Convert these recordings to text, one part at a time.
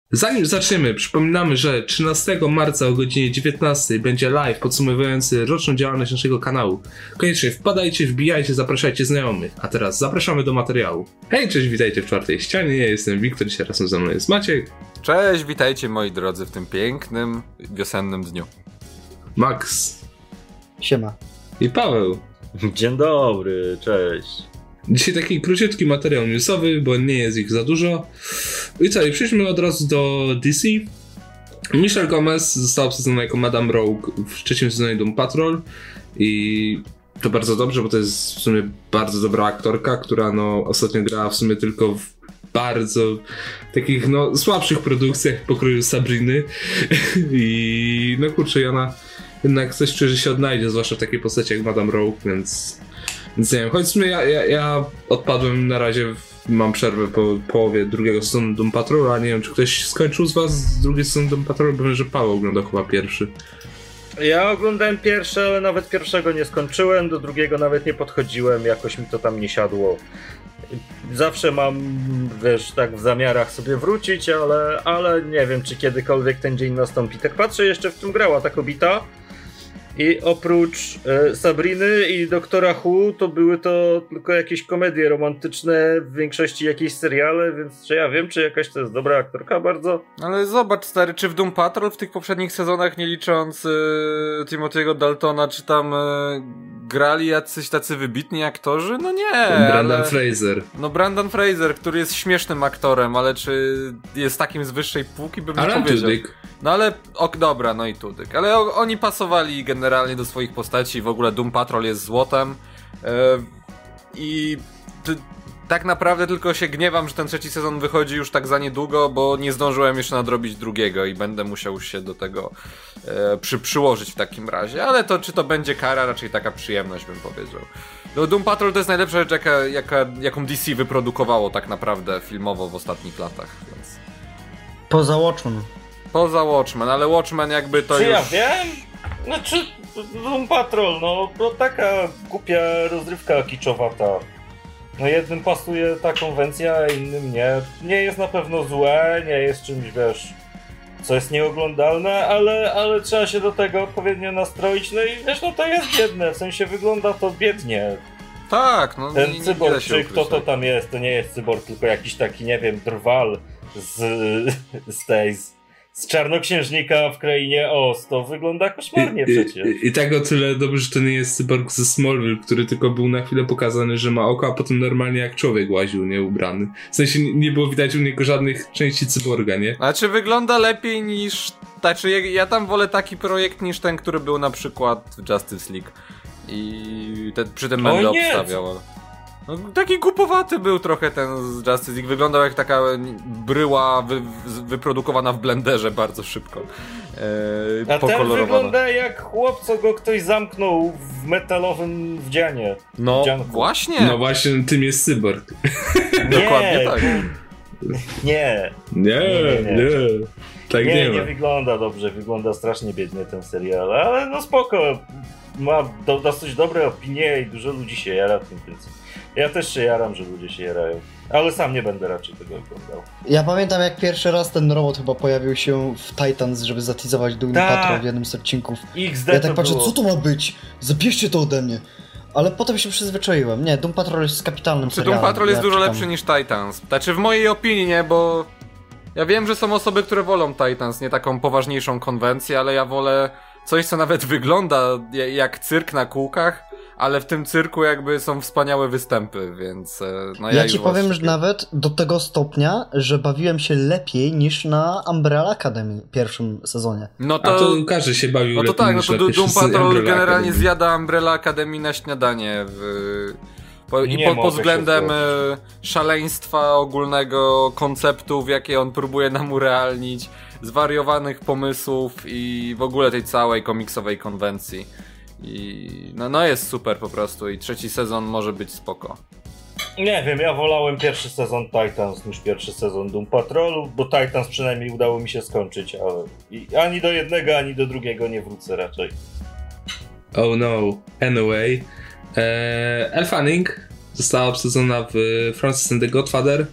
Zanim zaczniemy, przypominamy, że 13 marca o godzinie 19 będzie live podsumowujący roczną działalność naszego kanału. Koniecznie wpadajcie, wbijajcie, zapraszajcie znajomych. A teraz zapraszamy do materiału. Hej, cześć, witajcie w czwartej ścianie, ja jestem Wiktor, dzisiaj razem ze mną jest Maciek. Cześć, witajcie moi drodzy w tym pięknym, wiosennym dniu. Max. Siema. I Paweł. Dzień dobry, cześć. Dzisiaj taki króciutki materiał newsowy, bo nie jest ich za dużo. I co, i przejdźmy od razu do DC. Michelle Gomez została obsadzona jako Madame Rogue w trzecim sezonie Doom Patrol i to bardzo dobrze, bo to jest w sumie bardzo dobra aktorka, która ostatnio grała w sumie tylko w bardzo takich słabszych produkcjach pokroju Sabriny i kurczę, ona jednak coś czuję, że się odnajdzie, zwłaszcza w takiej postaci jak Madame Rogue, więc nie wiem, choć w sumie ja odpadłem na razie, mam przerwę po połowie drugiego sezonu Doom Patrol, a nie wiem, czy ktoś skończył z was drugi sezon Doom Patrol, bo wiem, że Paweł oglądał chyba pierwszy. Ja oglądałem pierwszy, ale nawet pierwszego nie skończyłem, do drugiego nawet nie podchodziłem, jakoś mi to tam nie siadło. Zawsze mam, tak w zamiarach sobie wrócić, ale nie wiem, czy kiedykolwiek ten dzień nastąpi. Tak patrzę, jeszcze w tym grała ta kobieta. I oprócz Sabriny i Doktora Who to były to tylko jakieś komedie romantyczne, w większości jakieś seriale, więc czy ja wiem, czy jakaś to jest dobra aktorka bardzo? Ale zobacz stary, czy w Doom Patrol w tych poprzednich sezonach, nie licząc Timothy'ego Daltona, czy tam grali jacyś tacy wybitni aktorzy? No nie. Brandon Fraser. No Brandon Fraser, który jest śmiesznym aktorem, ale czy jest takim z wyższej półki, bym nie powiedział. Tudyk. No ale, dobra, no i Tudyk. Ale oni pasowali generalnie do swoich postaci, w ogóle Doom Patrol jest złotem i tak naprawdę tylko się gniewam, że ten trzeci sezon wychodzi już tak za niedługo, bo nie zdążyłem jeszcze nadrobić drugiego i będę musiał się do tego przyłożyć w takim razie, ale to czy to będzie kara, raczej taka przyjemność, bym powiedział. No, Doom Patrol to jest najlepsza rzecz, jaką DC wyprodukowało tak naprawdę filmowo w ostatnich latach, więc... Poza Watchmen, ale Watchmen jakby to czy już... ja wiem? Znaczy, Doom Patrol, to taka głupia rozrywka kiczowata. Jednym pasuje ta konwencja, a innym nie. Nie jest na pewno złe, nie jest czymś, co jest nieoglądalne, ale trzeba się do tego odpowiednio nastroić, i to jest biedne, w sensie wygląda to biednie. Tak, ten cyborg, czy kto to tam jest, to nie jest cyborg, tylko jakiś taki, nie wiem, drwal z Czarnoksiężnika w Krainie Oz. To wygląda koszmarnie przecież. I tak o tyle dobrze, że to nie jest cyborg ze Smallville, który tylko był na chwilę pokazany, że ma oko, a potem normalnie jak człowiek łaził, nie ubrany. W sensie nie było widać u niego żadnych części cyborga, nie? Znaczy wygląda lepiej niż... Znaczy ja tam wolę taki projekt niż ten, który był na przykład w Justice League. I przy tym będę obstawiał, ale... taki głupowaty był trochę ten z Justice League. Wyglądał jak taka bryła wyprodukowana w blenderze bardzo szybko. A ten wygląda jak chłop, co go ktoś zamknął w metalowym wdzianie. Właśnie. No właśnie, tym jest cyborg. Dokładnie tak. Nie. Tak nie wygląda dobrze, wygląda strasznie biednie ten serial, ale spoko. Ma dosyć dobre opinie i dużo ludzi się jara tym, więc ja też się jaram, że ludzie się jarają. Ale sam nie będę raczej tego oglądał. Ja pamiętam, jak pierwszy raz ten robot chyba pojawił się w Titans, żeby zateasować Doom Patrol w jednym z odcinków. Ja tak patrzę, co to ma być? Zabierzcie to ode mnie. Ale potem się przyzwyczaiłem. Nie, Doom Patrol jest kapitalnym serialem. Doom Patrol jest dużo lepszy niż Titans. Znaczy w mojej opinii nie, bo ja wiem, że są osoby, które wolą Titans, nie taką poważniejszą konwencję, ale ja wolę coś, co nawet wygląda jak cyrk na kółkach, ale w tym cyrku jakby są wspaniałe występy, więc ja ci powiem, że nawet do tego stopnia, że bawiłem się lepiej niż na Umbrella Academy w pierwszym sezonie. A to każdy się bawił lepiej niż na Doom Patrol generalnie zjada Umbrella Academy na śniadanie pod względem szaleństwa ogólnego, konceptów, jakie on próbuje nam urealnić, zwariowanych pomysłów i w ogóle tej całej komiksowej konwencji. I jest super po prostu i trzeci sezon może być spoko. Nie wiem, ja wolałem pierwszy sezon Titans niż pierwszy sezon Doom Patrolu, bo Titans przynajmniej udało mi się skończyć, ale ani do jednego, ani do drugiego nie wrócę raczej. Oh no, anyway. Elle Fanning została obsadzona w Francis and the Godfather.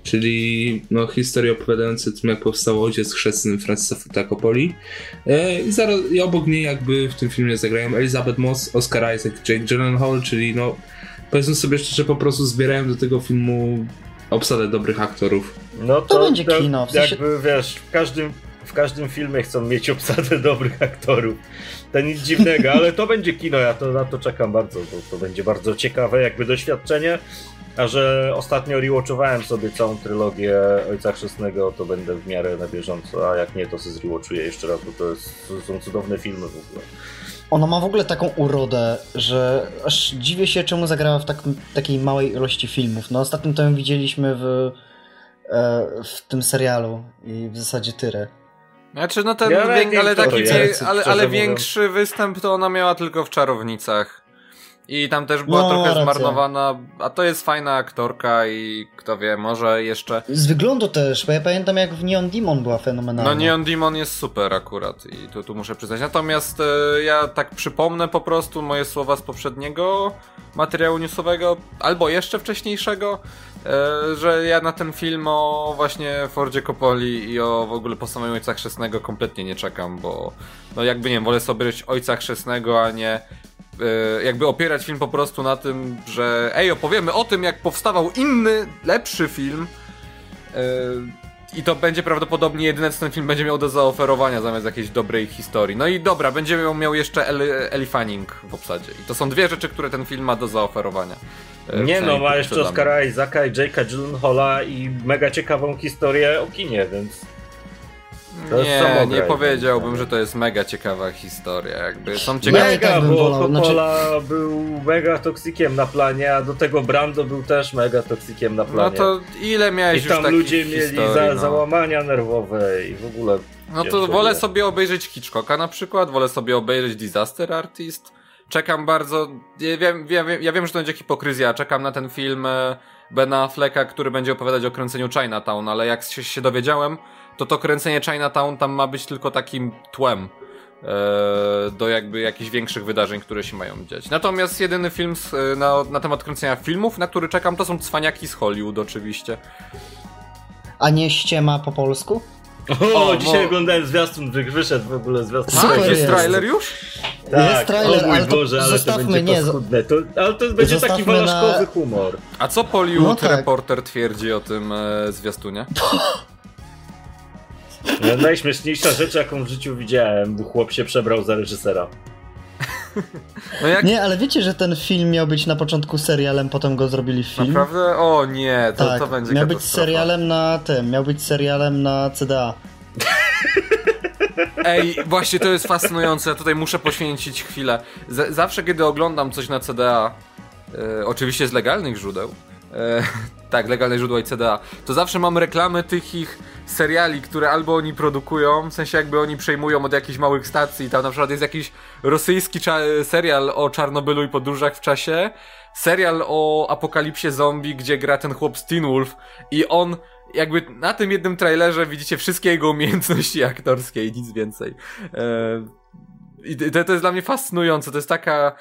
czyli no, historię opowiadającą tym, jak powstał Ojciec Chrzestny Francisa Forda Coppoli. I obok niej jakby w tym filmie zagrają Elizabeth Moss, Oscar Isaac, Jake Gyllenhaal, czyli no powiedzmy sobie szczerze, po prostu zbierają do tego filmu obsadę dobrych aktorów. No to będzie kino. W sensie... Jakby wiesz, w każdym filmie chcą mieć obsadę dobrych aktorów. To nic dziwnego, ale to będzie kino, ja na to czekam bardzo, bo to będzie bardzo ciekawe jakby doświadczenie. A że ostatnio rewatchowałem sobie całą trylogię Ojca Chrzestnego, to będę w miarę na bieżąco, a jak nie, to sobie zrewatchuję jeszcze raz, bo to są cudowne filmy w ogóle. Ona ma w ogóle taką urodę, że aż dziwię się, czemu zagrała w takiej małej ilości filmów. No ostatnio to ją widzieliśmy w tym serialu i w zasadzie tyle. Znaczy, no ten ale większy występ to ona miała tylko w Czarownicach. I tam też była trochę zmarnowana, a to jest fajna aktorka i kto wie, może jeszcze... Z wyglądu też, bo ja pamiętam jak w Neon Demon była fenomenalna. No Neon Demon jest super akurat i tu muszę przyznać. Natomiast ja tak przypomnę po prostu moje słowa z poprzedniego materiału newsowego, albo jeszcze wcześniejszego, że ja na ten film o właśnie Fordzie Coppoli i o w ogóle powstaniu Ojca Chrzestnego kompletnie nie czekam, bo no jakby nie wiem, wolę sobie obejrzeć Ojca Chrzestnego, a nie jakby opierać film po prostu na tym, że opowiemy o tym, jak powstawał inny, lepszy film i to będzie prawdopodobnie jedyne, co ten film będzie miał do zaoferowania zamiast jakiejś dobrej historii. No i dobra, będzie miał jeszcze Ellie Fanning w obsadzie i to są dwie rzeczy, które ten film ma do zaoferowania. Nie no, ma jeszcze Oscara Isaaca i Jake'a Gyllenhaala i mega ciekawą historię o kinie, więc... Nie powiedziałbym, że to jest mega ciekawa historia, jakby są ciekawe... Mega, bo Coppola był mega toksikiem na planie, a do tego Brando był też mega toksikiem na planie. No to ile miałeś już takich historii? I tam ludzie mieli no. załamania nerwowe i w ogóle... No to wolę sobie obejrzeć Hitchcocka na przykład, wolę sobie obejrzeć Disaster Artist. Czekam bardzo... Ja wiem, że to będzie hipokryzja, czekam na ten film Bena Afflecka, który będzie opowiadać o kręceniu Chinatown, ale jak się dowiedziałem, to kręcenie Chinatown tam ma być tylko takim tłem do jakby jakichś większych wydarzeń, które się mają dziać. Natomiast jedyny film na temat kręcenia filmów, na który czekam, to są Cwaniaki z Hollywood oczywiście. A nie Ściema po polsku? Dzisiaj oglądałem zwiastun, wyszedł w ogóle zwiastun. Jest trailer już? Tak, jest trailer, ale Boże, ale to będzie paskudne. Ale to będzie taki walaszkowy humor. A co Hollywood Reporter twierdzi o tym zwiastunie? Najśmieszniejsza rzecz, jaką w życiu widziałem, bo chłop się przebrał za reżysera. Nie, ale wiecie, że ten film miał być na początku serialem, potem go zrobili w film? Naprawdę? O nie, to, tak, to będzie miał być serialem na CDA. Ej, właśnie to jest fascynujące, ja tutaj muszę poświęcić chwilę. Zawsze kiedy oglądam coś na CDA, oczywiście z legalnych źródeł, tak, legalne źródła i CDA, to zawsze mam reklamy tych ich seriali, które albo oni produkują, w sensie jakby oni przejmują od jakichś małych stacji, tam na przykład jest jakiś rosyjski serial o Czarnobylu i podróżach w czasie, serial o apokalipsie zombie, gdzie gra ten chłop z Teen Wolf i on jakby na tym jednym trailerze widzicie wszystkie jego umiejętności aktorskie i nic więcej. I to jest dla mnie fascynujące, to jest taka...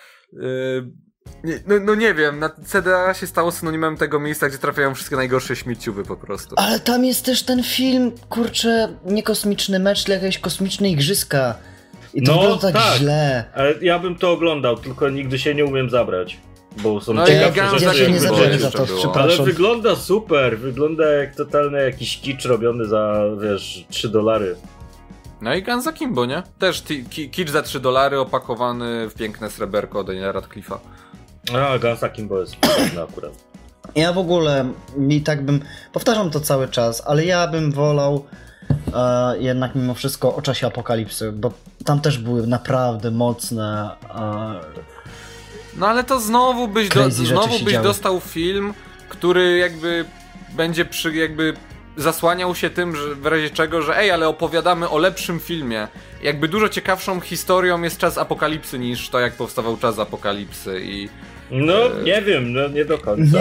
No nie wiem, CDA się stało synonimem tego miejsca, gdzie trafiają wszystkie najgorsze śmieciuby po prostu. Ale tam jest też ten film, kurczę, nie kosmiczny mecz, tylko jakieś kosmiczne igrzyska. I to wygląda tak źle. Ale ja bym to oglądał, tylko nigdy się nie umiem zabrać. Bo są ciekawsze rzeczy. Ja się nie zabiorę za to, przepraszam. Ale wygląda super, wygląda jak totalny jakiś kicz robiony za, wiesz, $3. No i Guns Akimbo, nie? Też kicz za $3 opakowany w piękne sreberko Daniela Radcliffe'a. A, Guns Akimbo jest podobny akurat. Ja w ogóle, powtarzam to cały czas, ale ja bym wolał jednak mimo wszystko O czasie apokalipsy, bo tam też były naprawdę mocne... No ale to znowu byś dostał film, który jakby będzie zasłaniał się tym, że w razie czego, że ale opowiadamy o lepszym filmie. Jakby dużo ciekawszą historią jest Czas apokalipsy niż to, jak powstawał Czas apokalipsy i... No, nie wiem, no nie do końca.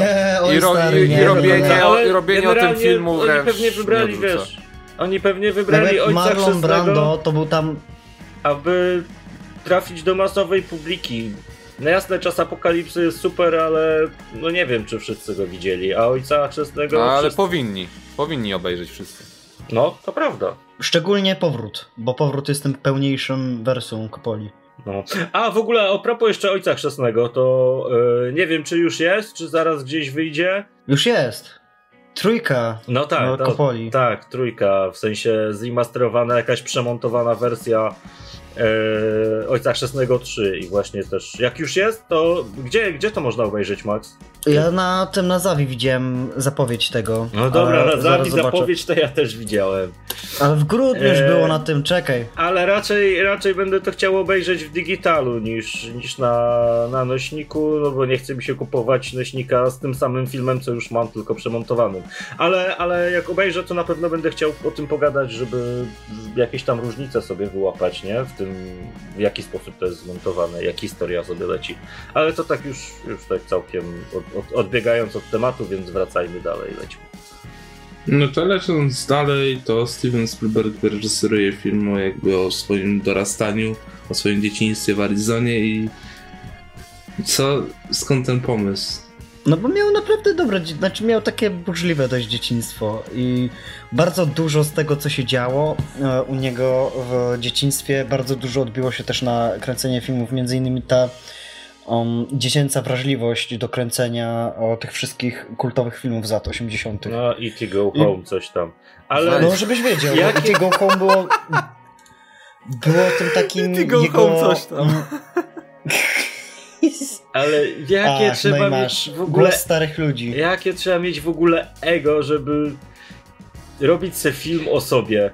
I robienie o tym filmu oni pewnie wybrali, oni pewnie wybrali Ojca Marlon Chrzestnego, Brando to był tam... aby trafić do masowej publiki. No jasne, Czas Apokalipsy jest super, ale no nie wiem, czy wszyscy go widzieli, a Ojca Chrzestnego... No, ale wszyscy... powinni obejrzeć wszyscy. No, to prawda. Szczególnie Powrót, bo Powrót jest tym pełniejszym wersją Coppoli. No. A w ogóle a propos jeszcze Ojca Chrzestnego, to nie wiem, czy już jest, czy zaraz gdzieś wyjdzie. Już jest. 3. No tak, Coppoli. Tak, 3, w sensie zremasterowana, jakaś przemontowana wersja Ojca Chrzestnego 3 i właśnie też, jak już jest, to gdzie to można obejrzeć, Max? Ja na Zawi widziałem zapowiedź tego. No dobra, na zaraz Zawi zapowiedź to ja też widziałem. Ale w grudniu już było na tym, czekaj. Ale raczej będę to chciał obejrzeć w digitalu niż na nośniku, no bo nie chce mi się kupować nośnika z tym samym filmem, co już mam, tylko przemontowanym. Ale jak obejrzę, to na pewno będę chciał o tym pogadać, żeby jakieś tam różnice sobie wyłapać, nie? W tym, w jaki sposób to jest zmontowane, jak historia sobie leci. Ale to tak już tak całkiem odbiegając od tematu, więc wracajmy dalej, lećmy. No to lecąc dalej, to Steven Spielberg wyreżyseruje film o swoim dorastaniu, o swoim dzieciństwie w Arizonie i skąd ten pomysł? No bo miał naprawdę miał takie burzliwe dość dzieciństwo i bardzo dużo z tego, co się działo u niego w dzieciństwie, bardzo dużo odbiło się też na kręcenie filmów, między innymi ta dziecięca wrażliwość do kręcenia tych wszystkich kultowych filmów z lat 80. No E.T. Go Home, coś tam. Ale no żebyś wiedział, E.T. Go Home było tym takim E.T. Go Home coś tam. Ale jakie trzeba mieć w ogóle głos starych ludzi. Jakie trzeba mieć w ogóle ego, żeby robić sobie film o sobie?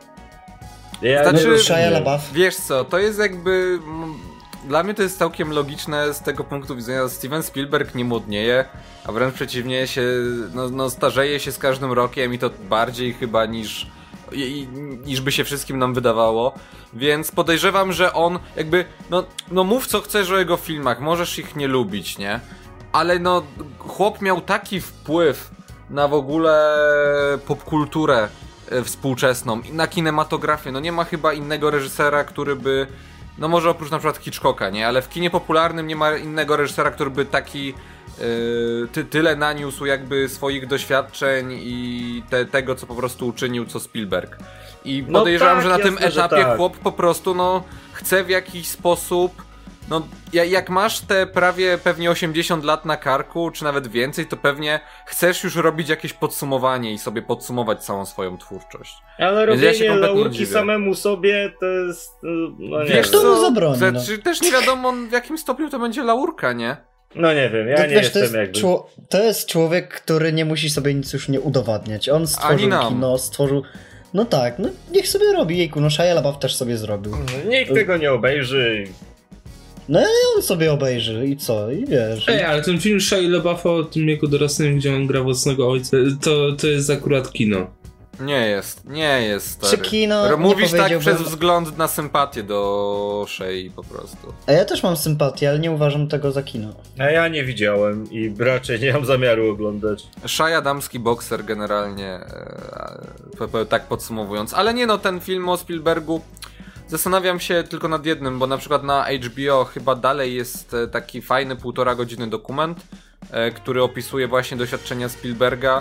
Shia LaBeouf. Wiesz co, to jest jakby... Dla mnie to jest całkiem logiczne z tego punktu widzenia. Steven Spielberg nie młodnieje, a wręcz przeciwnie starzeje się z każdym rokiem i to bardziej chyba niż by się wszystkim nam wydawało. Więc podejrzewam, że on jakby, no mów co chcesz o jego filmach, możesz ich nie lubić, nie? Ale chłop miał taki wpływ na w ogóle popkulturę współczesną i na kinematografię. No nie ma chyba innego reżysera, który by... No może oprócz na przykład Hitchcocka, nie? Ale w kinie popularnym nie ma innego reżysera, który by taki tyle naniósł jakby swoich doświadczeń i tego, co po prostu uczynił, co Spielberg. I podejrzewam, że na tym etapie chłop po prostu chce w jakiś sposób... jak masz te prawie pewnie 80 lat na karku, czy nawet więcej, to pewnie chcesz już robić jakieś podsumowanie i sobie podsumować całą swoją twórczość. Ale robienie laurki samemu sobie to jest... No nie wiesz kto mu zabroni? Też nie wiadomo w jakim stopniu to będzie laurka, nie? No nie wiem, ja nie jestem jakby... To jest człowiek, który nie musi sobie nic już nie udowadniać. On stworzył kino, stworzył... No tak, niech sobie robi, jejku, Shia LaBeouf też sobie zrobił. Nikt tego nie obejrzy. No ale on sobie obejrzy i co? I wiesz. Ale ten film Shia LaBeoufa o tym jego dorastaniu, gdzie on gra własnego ojca, to jest akurat kino. Nie jest, stary. Czy kino? Mówisz tak przez wzgląd na sympatię do Shei po prostu. A ja też mam sympatię, ale nie uważam tego za kino. A ja nie widziałem i raczej nie mam zamiaru oglądać. Shia damski bokser generalnie, tak podsumowując. Ale nie ten film o Spielbergu, zastanawiam się tylko nad jednym, bo na przykład na HBO chyba dalej jest taki fajny 1,5 godziny dokument, który opisuje właśnie doświadczenia Spielberga.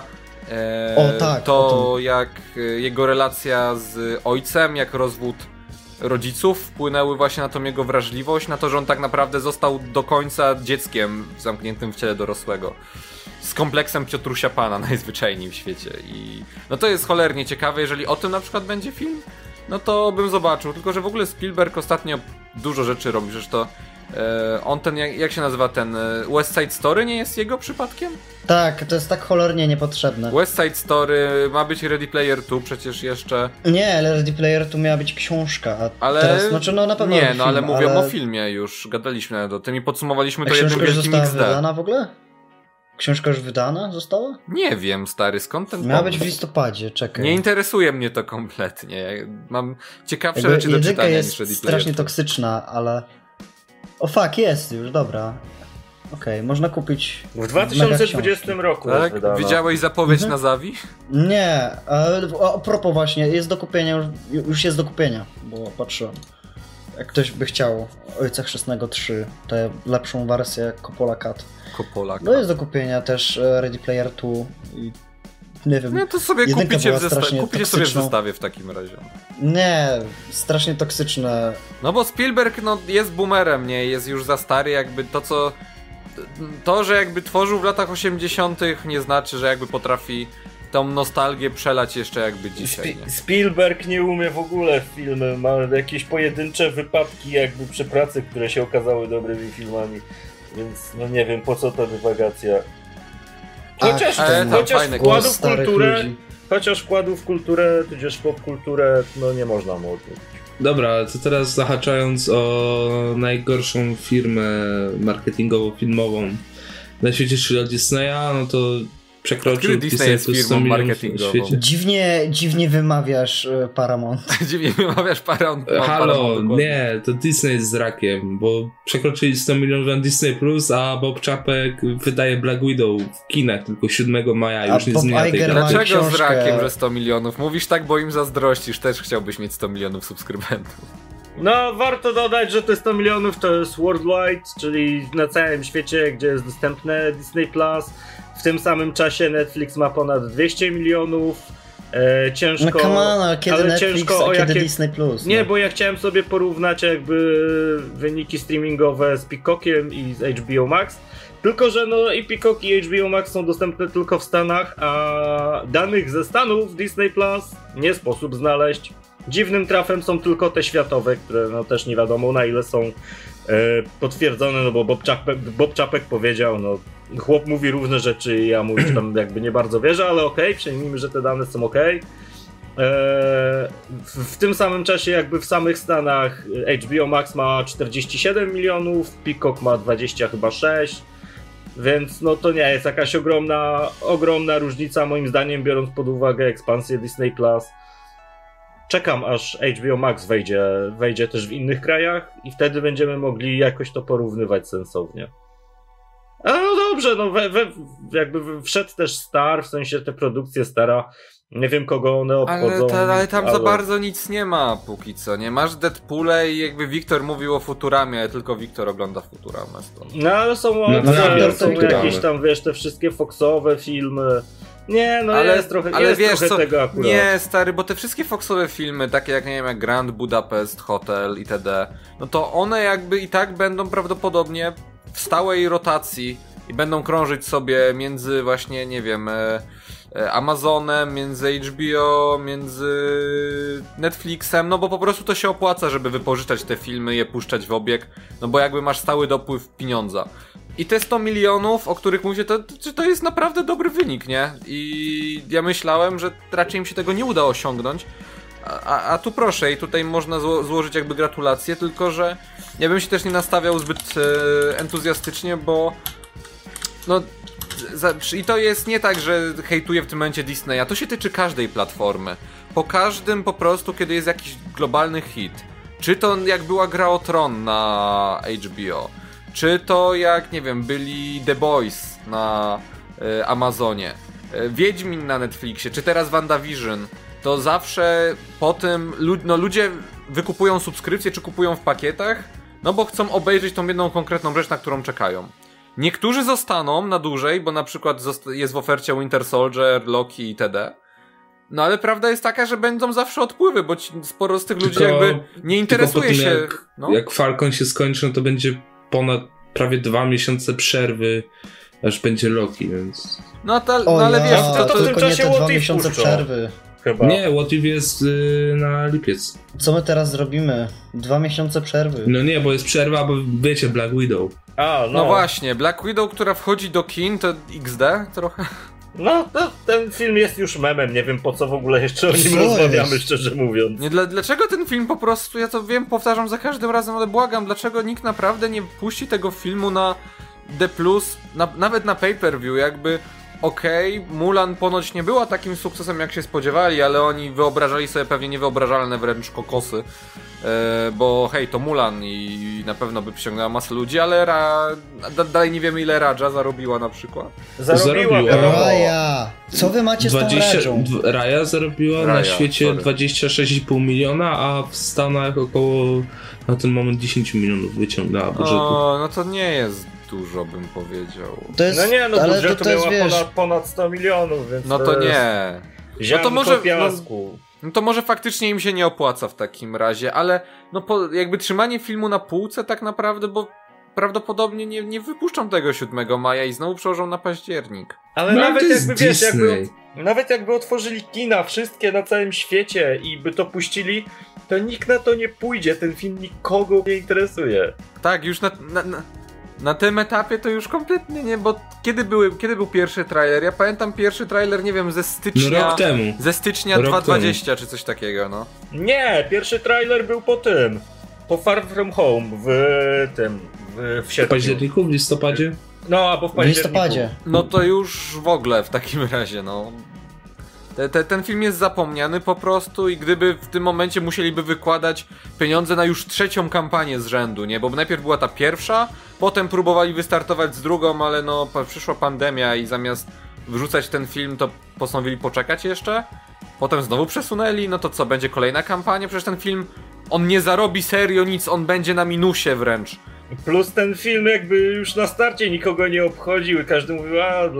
Jak jego relacja z ojcem, jak rozwód rodziców wpłynęły właśnie na tą jego wrażliwość, na to, że on tak naprawdę został do końca dzieckiem zamkniętym w ciele dorosłego. Z kompleksem Piotrusia Pana najzwyczajniej w świecie. I to jest cholernie ciekawe, jeżeli o tym na przykład będzie film, no to bym zobaczył. Tylko że w ogóle Spielberg ostatnio dużo rzeczy robi, przecież to on ten, jak się nazywa ten West Side Story, nie jest jego przypadkiem? Tak, to jest tak cholernie niepotrzebne. West Side Story, ma być Ready Player 2 przecież jeszcze. Nie, ale Ready Player 2 miała być książka, a teraz, na pewno nie, film, ale mówię o filmie już, gadaliśmy o tym i podsumowaliśmy to jednym wielkim XD. Książka wydana w ogóle? Książka już wydana została? Nie wiem, stary, skąd ten miała być w listopadzie, czekaj. Nie interesuje mnie to kompletnie. Mam ciekawsze rzeczy do czytania niż Ready Player 2. Jest strasznie toksyczna, ale... O fuck, jest już, dobra. Okej, można kupić... W 2020 roku jest wydana. Widziałeś zapowiedź na Zawi? Nie, a propos właśnie, jest do kupienia, już jest do kupienia, bo patrzyłem. jak ktoś by chciał Ojca Chrzestnego 3, tę lepszą wersję Coppola Cut. Coppola. No jest do kupienia też Ready Player 2 i nie wiem. No to sobie jedynka kupicie, była kupicie strasznie sobie w toksyczną. zestawie w takim razie. Nie, strasznie toksyczne. No bo Spielberg no, jest boomerem, nie? Jest już za stary, jakby to, że jakby tworzył w latach 80. nie znaczy, że jakby potrafi tą nostalgię przelać jeszcze jakby dzisiaj, nie? Spielberg nie umie w ogóle w filmy, ma jakieś pojedyncze wypadki jakby przy pracy, które się okazały dobrymi filmami, więc no nie wiem po co ta dywagacja. Chociaż wkładu w kulturę, tudzież popkulturę, no nie można mu odmówić. Dobra, to teraz zahaczając o najgorszą firmę marketingowo-filmową na świecie, czyli od Disneya, no to przekroczył Disney jest firmą marketingową. Dziwnie wymawiasz Paramount. Dziwnie wymawiasz Paramount. Halo, nie, to Disney jest z rakiem, bo przekroczyli 100 milionów na Disney+, a Bob Chapek wydaje Black Widow w kinach tylko 7 maja, już nie zmienia tej daty. Dlaczego z rakiem, że 100 milionów? Mówisz tak, bo im zazdrościsz, też chciałbyś mieć 100 milionów subskrybentów. No, warto dodać, że te 100 milionów to jest worldwide, czyli na całym świecie, gdzie jest dostępne Disney+. W tym samym czasie Netflix ma ponad 200 milionów. Ciężko. No come on, ale kiedy Netflix, ciężko, a kiedy Disney+. Nie, no. bo ja chciałem sobie porównać jakby wyniki streamingowe z Peacockiem i z HBO Max. Tylko że no i Peacock i HBO Max są dostępne tylko w Stanach, a danych ze Stanów Disney Plus nie sposób znaleźć. Dziwnym trafem są tylko te światowe, które no też nie wiadomo na ile są potwierdzone, no bo Bob Chapek powiedział, no chłop mówi różne rzeczy i ja mu już tam jakby nie bardzo wierzę, ale okej, przyjmijmy, że te dane są okej. W tym samym czasie jakby w samych Stanach HBO Max ma 47 milionów, Peacock ma 20 chyba 6, więc no to nie jest jakaś ogromna różnica moim zdaniem, biorąc pod uwagę ekspansję Disney Plus. Czekam aż HBO Max wejdzie też w innych krajach i wtedy będziemy mogli jakoś to porównywać sensownie. A no dobrze, no jakby wszedł też Star, w sensie te produkcje Stara, nie wiem kogo one obchodzą. Ale tam za bardzo nic nie ma póki co, nie? Masz Deadpoola i jakby Wiktor mówił o Futuramie, ale tylko Wiktor ogląda Futuramę. No ale są jakieś tam, wiesz, te wszystkie Foxowe filmy. Nie, no ale jest trochę tego akurat. Nie, stary, bo te wszystkie Foxowe filmy, takie jak, nie wiem, jak Grand Budapest Hotel itd., no to one jakby i tak będą prawdopodobnie w stałej rotacji i będą krążyć sobie między właśnie, nie wiem, Amazonem, między HBO, między Netflixem, no bo po prostu to się opłaca, żeby wypożyczać te filmy, je puszczać w obieg, no bo jakby masz stały dopływ pieniądza. I te 100 milionów, o których mówię, to jest naprawdę dobry wynik, nie? I ja myślałem, że raczej im się tego nie uda osiągnąć, a tu proszę, i tutaj można złożyć jakby gratulacje, tylko że ja bym się też nie nastawiał zbyt entuzjastycznie, bo no i to jest nie tak, że hejtuję w tym momencie Disneya, to się tyczy każdej platformy. Po każdym po prostu, kiedy jest jakiś globalny hit, czy to jak była Gra o Tron na HBO, czy to jak, nie wiem, byli The Boys na Amazonie, Wiedźmin na Netflixie, czy teraz WandaVision, to zawsze po tym ludzie wykupują subskrypcje, czy kupują w pakietach, no bo chcą obejrzeć tą jedną konkretną rzecz, na którą czekają. Niektórzy zostaną na dłużej, bo na przykład jest w ofercie Winter Soldier, Loki itd. No ale prawda jest taka, że będą zawsze odpływy, bo sporo z tych ludzi jakby nie interesuje się... Jak Falcon się skończy, no to będzie ponad prawie 2 miesiące przerwy, aż będzie Loki, więc... ale wiesz... To w tym czasie nie te 2 What If miesiące puszczą. przerwy. Chyba. Nie, What If jest na lipiec. Co my teraz zrobimy? 2 miesiące przerwy. No nie, bo jest przerwa, bo wiecie, Black Widow. No właśnie, Black Widow, która wchodzi do kin, to XD trochę. No, ten film jest już memem, nie wiem po co w ogóle jeszcze o nim rozmawiamy, szczerze mówiąc. Nie, dlaczego ten film po prostu, ja to wiem, powtarzam za każdym razem, ale błagam, dlaczego nikt naprawdę nie puści tego filmu na D+, nawet na pay-per-view, jakby okej, Mulan ponoć nie była takim sukcesem, jak się spodziewali, ale oni wyobrażali sobie pewnie niewyobrażalne wręcz kokosy, bo hej, to Mulan i na pewno by przyciągnęła masę ludzi, ale dalej nie wiemy, ile Raja zarobiła na przykład. Zarobiła. Raya! Co wy macie z tą Rają? Raya zarobiła na świecie 26,5 miliona, a w Stanach około na ten moment 10 milionów wyciągnęła budżetu. No to nie jest dużo, bym powiedział. To jest, budżetu to jest, miała ponad 100 milionów, więc No to nie. Ziarnko to może piasku. No to może faktycznie im się nie opłaca w takim razie, ale jakby trzymanie filmu na półce tak naprawdę, bo prawdopodobnie nie wypuszczą tego 7 maja i znowu przełożą na październik. Ale No, nawet to jest jakby, wiesz, Disney. nawet jakby otworzyli kina wszystkie na całym świecie i by to puścili, to nikt na to nie pójdzie, ten film nikogo nie interesuje. Tak, już na tym etapie to już kompletnie nie, bo kiedy był pierwszy trailer? Ja pamiętam pierwszy trailer, nie wiem, ze stycznia... No rok temu. Ze stycznia Rok 2020 czy coś takiego, no. Nie, pierwszy trailer był po Far From Home w W sierpniu. październiku, w listopadzie? No, albo w W październiku. listopadzie. No to już w ogóle w takim razie, no. Ten film jest zapomniany po prostu i gdyby w tym momencie musieliby wykładać pieniądze na już 3. kampanię z rzędu, nie? Bo najpierw była ta pierwsza, potem próbowali wystartować z drugą, ale no przyszła pandemia i zamiast wyrzucać ten film, to postanowili poczekać jeszcze. Potem znowu przesunęli, no to co, będzie kolejna kampania? Przecież ten film, on nie zarobi serio nic, on będzie na minusie wręcz. Plus ten film jakby już na starcie nikogo nie obchodził i każdy mówił,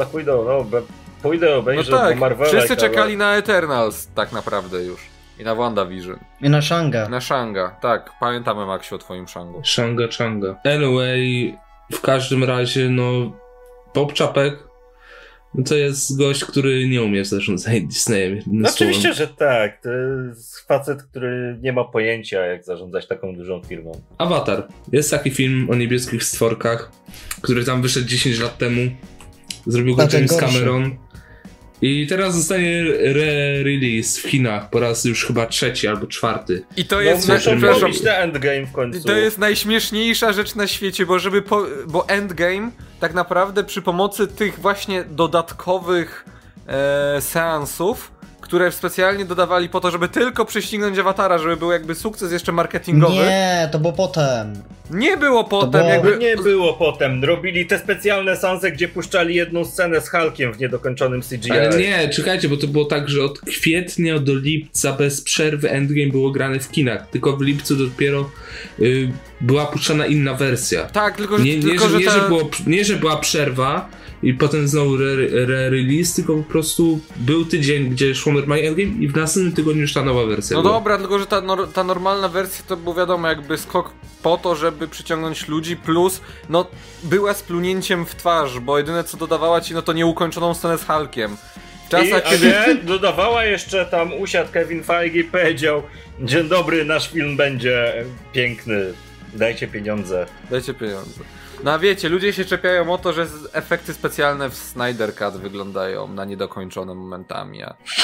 pójdę obejrzę No tak, do Marvela. wszyscy czekali na Eternals tak naprawdę już. I na WandaVision. I na Shanga. Na Shanga, tak. Pamiętamy, Maksiu, o twoim Shangu. Changa. Anyway, w każdym razie, no, Bob Chapek to jest gość, który nie umie zarządzać Disneyem. No oczywiście, że tak. To jest facet, który nie ma pojęcia, jak zarządzać taką dużą firmą. Avatar. Jest taki film o niebieskich stworkach, który tam wyszedł 10 lat temu. Zrobił go James Cameron. I teraz zostanie re-release w Chinach po raz już chyba 3. albo 4. I to jest... muszą robić ten Endgame w końcu. To jest najśmieszniejsza rzecz na świecie, bo Endgame tak naprawdę przy pomocy tych właśnie dodatkowych seansów, które specjalnie dodawali po to, żeby tylko prześcignąć Awatara, żeby był jakby sukces jeszcze marketingowy. Nie, to było potem. Nie było potem, Nie było potem. Robili te specjalne seanse, gdzie puszczali jedną scenę z Hulkiem w niedokończonym CGI. Ale nie, czekajcie, bo to było tak, że od kwietnia do lipca bez przerwy Endgame było grane w kinach. Tylko w lipcu dopiero była puszczana inna wersja. Tak, tylko że była przerwa i potem znowu re-release, tylko po prostu był tydzień, gdzie szło normalnie Endgame i w następnym tygodniu już ta nowa wersja No była. dobra, tylko że ta normalna wersja to był wiadomo jakby skok po to, żeby przyciągnąć ludzi, plus no była splunięciem w twarz, bo jedyne co dodawała ci no to nieukończoną scenę z Hulkiem. W czasach, kiedy dodawała jeszcze tam, usiadł Kevin Feige i powiedział: dzień dobry, nasz film będzie piękny, dajcie pieniądze. Dajcie pieniądze. No a wiecie, ludzie się czepiają o to, że efekty specjalne w Snyder Cut wyglądają na niedokończone momentami,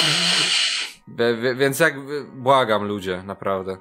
więc błagam ludzie, naprawdę.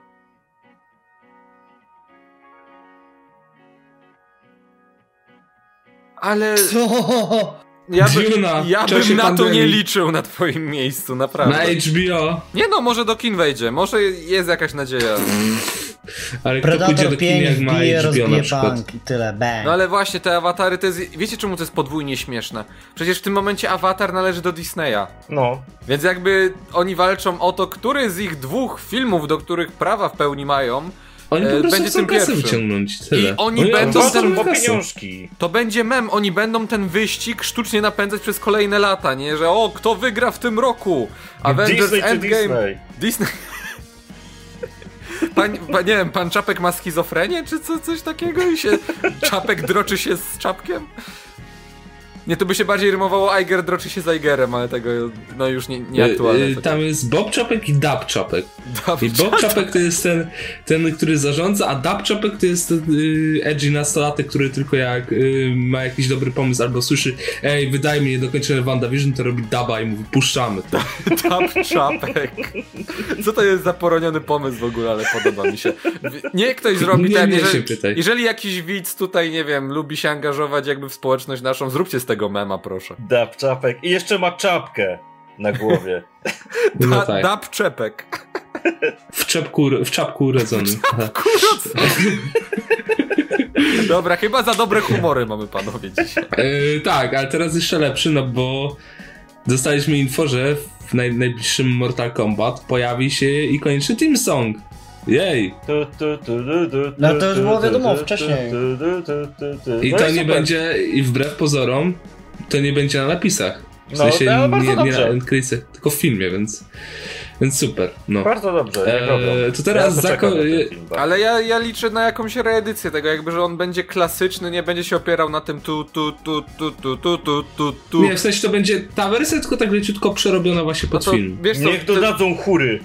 Ale... Co? Ja bym na to nie liczył na twoim miejscu, naprawdę. Na HBO? Nie no, może do kin wejdzie, może jest jakaś nadzieja. Ale Predator do kin, jak ma wbije, HBO rozbije na przykład. bank i tyle, bang. No ale właśnie, te awatary to jest... Wiecie czemu to jest podwójnie śmieszne? Przecież w tym momencie Avatar należy do Disneya. No. Więc jakby oni walczą o to, który z ich 2 filmów, do których prawa w pełni mają, Oni po prostu będzie chcą tym kasę pierwszym. wyciągnąć, tyle. I oni będą po pieniążki. To będzie mem, oni będą ten wyścig sztucznie napędzać przez kolejne lata, nie? Że kto wygra w tym roku? Avengers Disney Endgame. Disney. Nie wiem, pan Czapek ma schizofrenię, czy coś takiego i się Czapek droczy się z Czapkiem? Nie, to by się bardziej rymowało Iger droczy się z Igerem, ale tego no już nie aktualne. Tam jest Bob Czapek i Dub Czapek. I Bob Czapek to jest ten, który zarządza, a Dub Czapek to jest ten edgy nastolatek, który tylko jak ma jakiś dobry pomysł albo słyszy: ej, wydaje mi niedokończone WandaVision, to robi duba i mówi: puszczamy to. Dub Czapek. Co to jest za poroniony pomysł w ogóle, ale podoba mi się. Niech ktoś zrobi ten, jeżeli jakiś widz tutaj, nie wiem, lubi się angażować jakby w społeczność naszą, zróbcie z tego tego mema, proszę. Dab czapek. I jeszcze ma czapkę na głowie. No tak. Dab czepek. W czapku urodzony. Dobra, chyba za dobre humory mamy, panowie, dzisiaj. Tak, ale teraz jeszcze lepszy, no bo dostaliśmy info, że w najbliższym Mortal Kombat pojawi się ikoniczny theme song. Jej! No to już było wiadomo wcześniej. I to nie będzie, i wbrew pozorom, to nie będzie na napisach. W No, sensie ale bardzo nie na dobrze. endcredsach, tylko w filmie, więc super. No. Bardzo dobrze, jak robią. To teraz poczekam na ten film, tak. Ale ja liczę na jakąś reedycję tego, jakby, że on będzie klasyczny, nie będzie się opierał na tym tu. Nie, w sensie to będzie ta wersja, tylko tak leciutko przerobiona właśnie pod film. Wiesz co, Niech dodadzą chóry.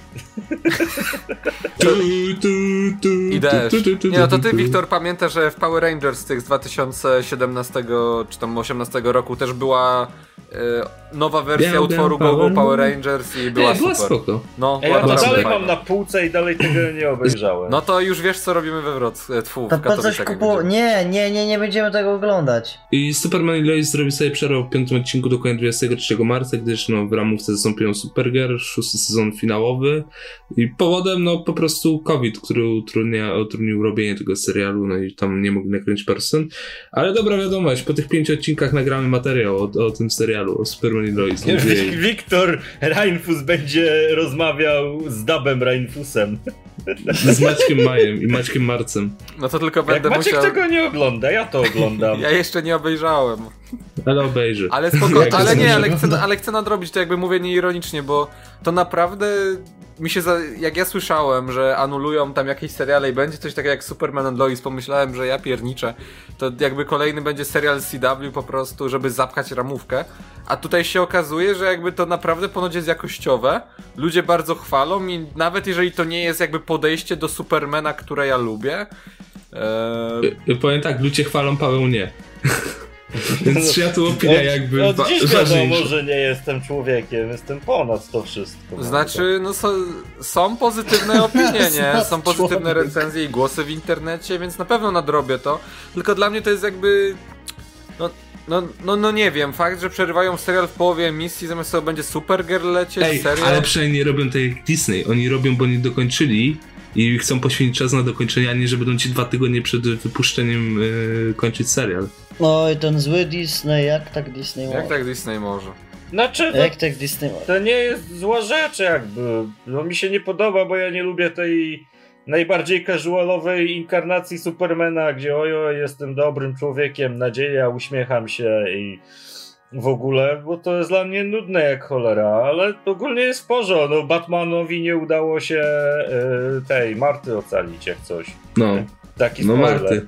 I deszcz. Nie, no to ty, Wiktor, pamiętasz, że w Power Rangers tych z 2017 czy tam 18 roku też była nowa wersja utworu Go Power Rangers i była super. Była spoko. No, Ja to naprawdę dalej fajna. mam na półce i dalej tego nie obejrzałem. No to już wiesz, co robimy we Wrocławiu, w To po coś Katowicach. jak kupować. będziemy. Nie będziemy tego oglądać. I Superman i Lois zrobi sobie przerwę w 5. odcinku do końca 23 marca, gdyż w ramówce zastąpią Supergirl, 6. sezon finałowy. I powodem po prostu COVID, który utrudnił robienie tego serialu, no i tam nie mogli nakręcić person. Ale dobra wiadomość, po tych 5 odcinkach nagramy materiał o tym serialu, o Superman i Lois. Wiktor Reinfus będzie rozmawiał z Dabem Reinfusem. Z Maćkiem Majem i Maćkiem Marcem. No to tylko Jak będę Maciek musiał... tego nie ogląda, ja to oglądam. Ja jeszcze nie obejrzałem. Ale obejrzy. Ale spoko, Jak ale to nie, będzie? ale chcę nadrobić to, jakby mówię nieironicznie, bo to naprawdę mi się, jak ja słyszałem, że anulują tam jakieś seriale i będzie coś takiego jak Superman and Lois, pomyślałem, że ja pierniczę. To jakby kolejny będzie serial CW po prostu, żeby zapchać ramówkę. A tutaj się okazuje, że jakby to naprawdę ponoć jest jakościowe. Ludzie bardzo chwalą i nawet jeżeli to nie jest jakby podejście do Supermana, które ja lubię. Powiem tak, ludzie chwalą, Paweł nie. Więc ja tu opinia jakby Od dziś wiadomo, ważniejsza. że nie jestem człowiekiem, jestem ponad to wszystko. Znaczy, no są pozytywne opinie, nie? Są pozytywne człowiek. recenzje i głosy w internecie, więc na pewno nadrobię to. Tylko dla mnie to jest jakby... No nie wiem, fakt, że przerywają serial w połowie emisji, zamiast tego będzie Supergirl lecieć, serial... ale przynajmniej robią to jak Disney. Oni robią, bo nie dokończyli i chcą poświęcić czas na dokończenie, a nie, że będą ci 2 tygodnie przed wypuszczeniem kończyć serial. Oj, ten zły Disney, jak tak Disney może? Jak tak Disney może? Znaczy, Jak tak Disney może? to nie jest zła rzecz jakby. No mi się nie podoba, bo ja nie lubię tej najbardziej casualowej inkarnacji Supermana, gdzie ojo, jestem dobrym człowiekiem, nadzieja, uśmiecham się i w ogóle, bo to jest dla mnie nudne jak cholera, ale ogólnie jest w porządku. No Batmanowi nie udało się tej Marty ocalić jak coś. No, Taki no spoiler. Marty.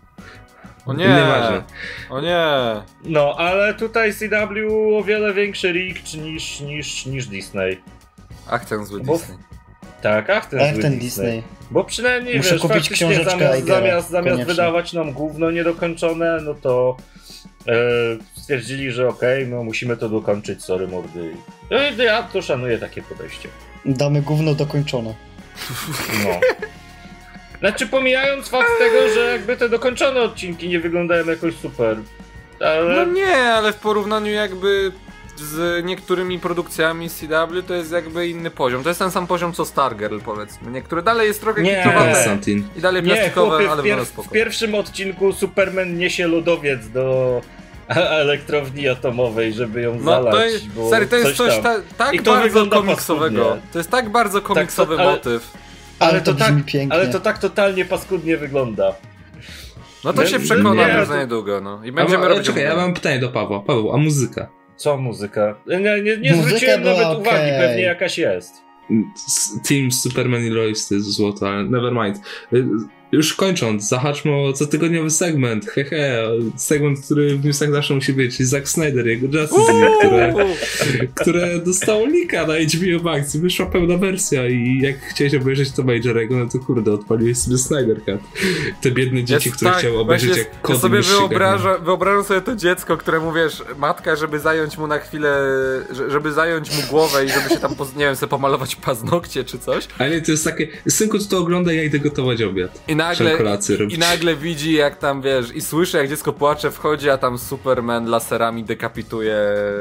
O nie! Nieważne. O nie! No, ale tutaj CW o wiele większy reach niż Disney. Ach, ten zły Bo- Disney. Tak, ach ten Jak zły ten Disney. Disney? Bo przynajmniej Muszę wiesz, kupić faktycznie książeczkę Eigera, zamiast koniecznie. wydawać nam gówno niedokończone, no to stwierdzili, że okej, no musimy to dokończyć, sorry mordy. Ja to szanuję takie podejście. Damy gówno dokończone. No. Znaczy pomijając fakt tego, że jakby te dokończone odcinki nie wyglądają jakoś super. Ale... No nie, ale w porównaniu jakby z niektórymi produkcjami CW to jest jakby inny poziom. To jest ten sam poziom co Stargirl, powiedzmy. Niektóre dalej jest trochę Nie. kiczowate Konstantin. i dalej Nie, plastikowe, chłopie, ale w spoko. w pierwszym odcinku Superman niesie lodowiec do elektrowni atomowej, żeby ją No zalać. to jest, bo serio, to jest coś tam. tak I to bardzo wygląda komiksowego. paskudnie. To jest tak bardzo komiksowy ale- motyw. Ale to brzmi tak, pięknie. ale to tak totalnie paskudnie wygląda. No to No, się przekonam nie, już to- za niedługo, no. I będziemy robić... Czekaj, ja mam pytanie do Pawła. Paweł, a muzyka? Co muzyka? Nie Muzyka zwróciłem była nawet uwagi, okej. pewnie jakaś jest. Team Superman i Lois to jest złoto, ale never mind. Już kończąc, zahaczmy o cotygodniowy segment. Segment, który w newsach zawsze musi być. Zack Snyder, jego Justice League, które dostało linka na HBO Max. Wyszła pełna wersja i jak chciałeś obejrzeć to Majorego, no to kurde, odpaliłeś sobie Snyder Cut. Te biedne dzieci, które chciały obejrzeć właśnie jak kody ja sobie Michigan. wyobrażam sobie to dziecko, któremu wiesz, matka, żeby zająć mu na chwilę, żeby zająć mu głowę i żeby się tam, nie wiem, sobie pomalować paznokcie czy coś. Ale nie, to jest takie, synku, co to ogląda, ja idę gotować obiad. I robić. I nagle widzi, jak tam, wiesz, i słyszy, jak dziecko płacze, wchodzi, a tam Superman laserami dekapituje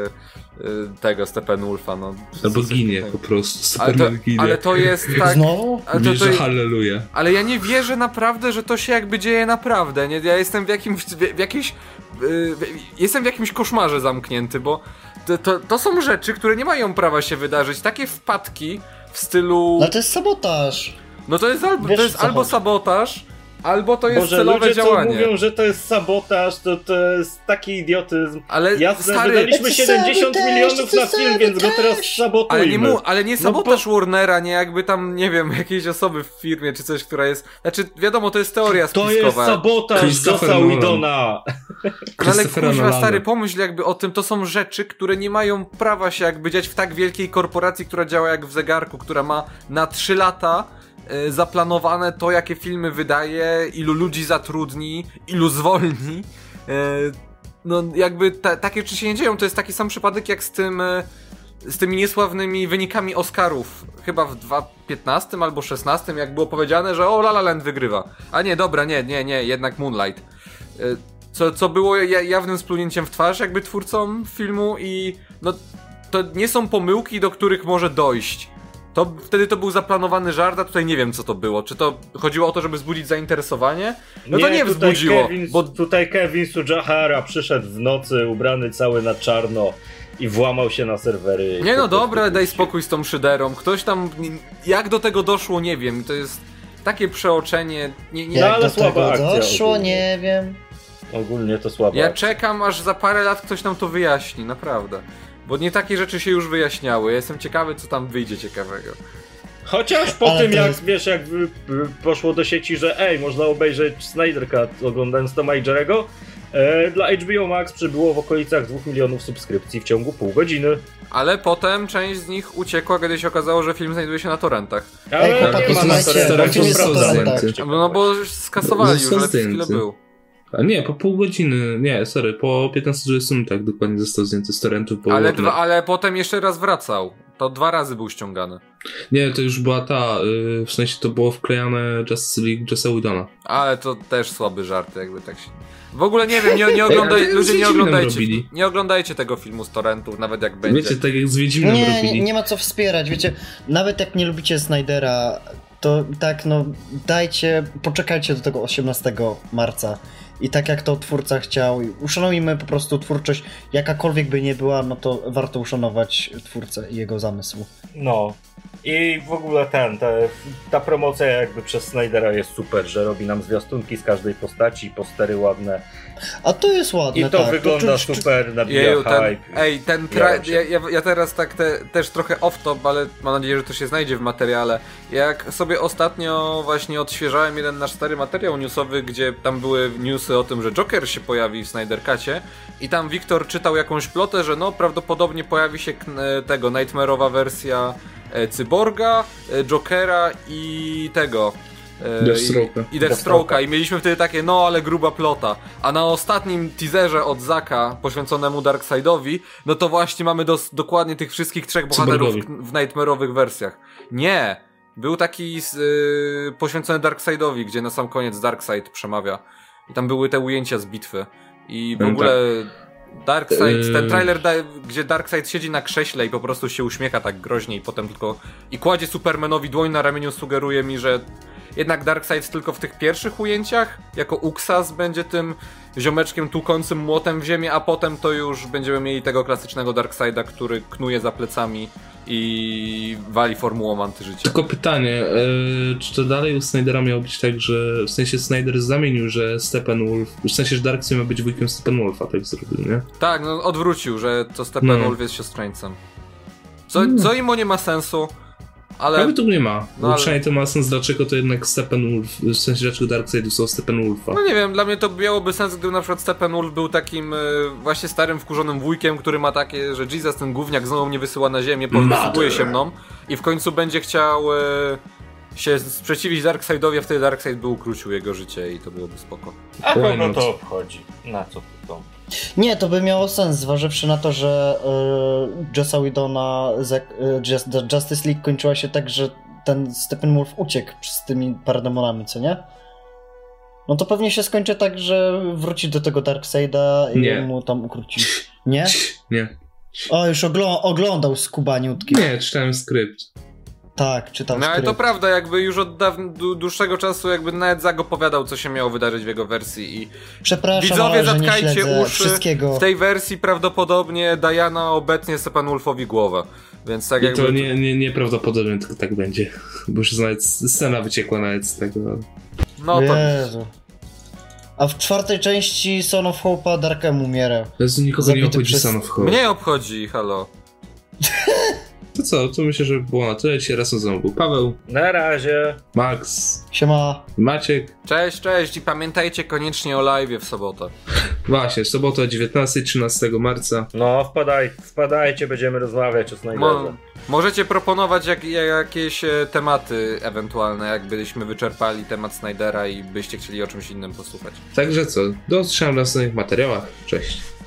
tego Steppenwolfa, no. Albo ginie po prostu, Superman ginie. Ale to jest tak... Znowu? Bierze halleluja. Ale ja nie wierzę naprawdę, że to się jakby dzieje naprawdę, nie? Ja jestem jestem w jakimś koszmarze zamknięty, bo to są rzeczy, które nie mają prawa się wydarzyć. Takie wpadki w stylu... Ale to jest sabotaż. No to jest albo sabotaż, albo to jest Boże, celowe ludzie, działanie. co mówią, że to jest sabotaż, to jest taki idiotyzm. Ale jasne, stary, wydaliśmy 70 milionów na film, więc go teraz sabotujmy. Ale nie sabotaż Warnera, nie jakby tam, nie wiem, jakiejś osoby w firmie czy coś, która jest... Znaczy, wiadomo, to jest teoria spiskowa. To jest sabotaż Jossa Whedona. Ale kurwa, stary, pomyśl jakby o tym, to są rzeczy, które nie mają prawa się jakby dziać w tak wielkiej korporacji, która działa jak w zegarku, która ma na 3 lata zaplanowane to, jakie filmy wydaje, ilu ludzi zatrudni, ilu zwolni. No jakby takie rzeczy się nie dzieją. To jest taki sam przypadek jak z tymi niesławnymi wynikami Oscarów. Chyba w 2015 albo 2016, jak było powiedziane, że o, La La Land wygrywa. A nie, dobra, nie, jednak Moonlight. Co było jawnym splunięciem w twarz jakby twórcom filmu i no to nie są pomyłki, do których może dojść. Wtedy to był zaplanowany żart, a tutaj nie wiem co to było. Czy to chodziło o to, żeby wzbudzić zainteresowanie? No to nie wzbudziło. Tutaj Kevin Sujahara przyszedł w nocy ubrany cały na czarno i włamał się na serwery. Nie no dobra, daj spokój z tą szyderą. Ktoś tam... Jak do tego doszło, nie wiem. To jest takie przeoczenie... Jak do tego doszło, nie wiem. Ogólnie to słaba Ja akcja. czekam, aż za parę lat ktoś nam to wyjaśni, naprawdę. Bo nie takie rzeczy się już wyjaśniały. Ja jestem ciekawy, co tam wyjdzie ciekawego. Chociaż po tym, jak wiesz, jak poszło do sieci, że można obejrzeć Snyder Cut oglądając Toma i Jerry'ego, dla HBO Max przybyło w okolicach 2 milionów subskrypcji w ciągu pół godziny. Ale potem część z nich uciekła, kiedy się okazało, że film znajduje się na torrentach. Ale chłopaki, nie ma na torrentach. No bo skasowali już, ale przez chwilę był. A nie, po pół godziny, po 15-20 minutach dokładnie został zdjęty z torrentów. Ale potem jeszcze raz wracał. To 2 razy był ściągany. Nie, to już była w sensie to było wklejane Justice League Jossa Whedona. Ale to też słaby żart, jakby tak się... W ogóle nie wiem, ludzie nie oglądajcie tego filmu z torrentów, nawet jak będzie. Wiecie, tak jak z Wiedźminem robili. Nie ma co wspierać, wiecie, nawet jak nie lubicie Snydera, to tak, no poczekajcie do tego 18 marca. I tak jak to twórca chciał, uszanujmy po prostu twórczość, jakakolwiek by nie była, no to warto uszanować twórcę i jego zamysł. No. I w ogóle ta promocja jakby przez Snydera jest super, że robi nam zwiastunki z każdej postaci, postery ładne. A to jest ładne, i to wygląda super, nabija hype. Ja teraz tak też trochę off-top, ale mam nadzieję, że to się znajdzie w materiale. Jak sobie ostatnio właśnie odświeżałem jeden nasz stary materiał newsowy, gdzie tam były newsy o tym, że Joker się pojawi w Snyder Cutie i tam Wiktor czytał jakąś plotę, że no prawdopodobnie pojawi się tego Nightmare'owa wersja Cyborga, Jokera i tego Deathstroke'a. I mieliśmy wtedy takie, no ale gruba plota. A na ostatnim teaserze od Zacka poświęconemu Darkseidowi, no to właśnie mamy dokładnie tych wszystkich 3 bohaterów w Nightmare'owych wersjach. Nie! Był taki poświęcony Darkseidowi, gdzie na sam koniec Darkseid przemawia. I tam były te ujęcia z bitwy. I w ogóle... Darkseid, ten trailer, gdzie Darkseid siedzi na krześle i po prostu się uśmiecha tak groźnie i potem tylko... I kładzie Supermanowi dłoń na ramieniu, sugeruje mi, że jednak Darkseid tylko w tych pierwszych ujęciach, jako Uxas będzie tym ziomeczkiem tłukącym młotem w ziemię, a potem to już będziemy mieli tego klasycznego Darkseida, który knuje za plecami i wali formułą antyżycia. Tylko pytanie, czy to dalej u Snydera miało być tak, że w sensie Snyder zamienił, że Steppenwolf, w sensie, że Darkseid ma być wujkiem Steppenwolfa, tak zrobił, nie? Tak, no odwrócił, że to Steppenwolf jest siostrzeńcem. Co im nie ma sensu, ale... Prawie to nie ma, no, bo przynajmniej to ma sens, dlaczego to jednak Steppenwolf, w sensie dlaczego Darkseid są Steppenwolfa. No nie wiem, dla mnie to miałoby sens, gdyby na przykład Steppenwolf był takim właśnie starym, wkurzonym wujkiem, który ma takie, że Jesus, ten gówniak znowu mnie wysyła na ziemię, posługuje się mną i w końcu będzie chciał się sprzeciwić Darkseidowi, a wtedy Darkseid by ukrócił jego życie i to byłoby spoko. A kogo to obchodzi? Na co to? Nie, to by miało sens, zważywszy na to, że Jossa Whedona Justice League kończyła się tak, że ten Steppenwolf uciekł z tymi parademonami, co nie? No to pewnie się skończy tak, że wróci do tego Darkseida i Nie. mu tam ukróci. Nie? Nie. O, już oglądał skubaniutki. Nie, czytałem skrypt. Tak, czytał No ale to skrypt. prawda, jakby już od dłuższego czasu jakby nawet zapowiadał, co się miało wydarzyć w jego wersji i Przepraszam, widzowie, ale że nie zatkajcie śledzę uszy. wszystkiego. W tej wersji prawdopodobnie Diana obecnie Steppenwolfowi głowę. Więc tak I jakby... to nieprawdopodobnie tak będzie. Bo już nawet scena wyciekła nawet z tego. No to... Jezu. A w 4. części Son of Hope'a Darkem umiera. Jezu, nikogo Zabity nie obchodzi przez- Son of Hope. Mnie obchodzi, halo. To co, to myślę, że było na tyle. Dzisiaj razem ze mną był Paweł, Na razie. Max, Siema. Maciek. Cześć i pamiętajcie koniecznie o live'ie w sobotę. Właśnie, sobota 19-13 marca. No, wpadajcie, będziemy rozmawiać o Snyderze. Możecie proponować jakieś tematy ewentualne, jakbyśmy wyczerpali temat Snydera i byście chcieli o czymś innym posłuchać. Także co, do usłyszenia w następnych materiałach. Cześć.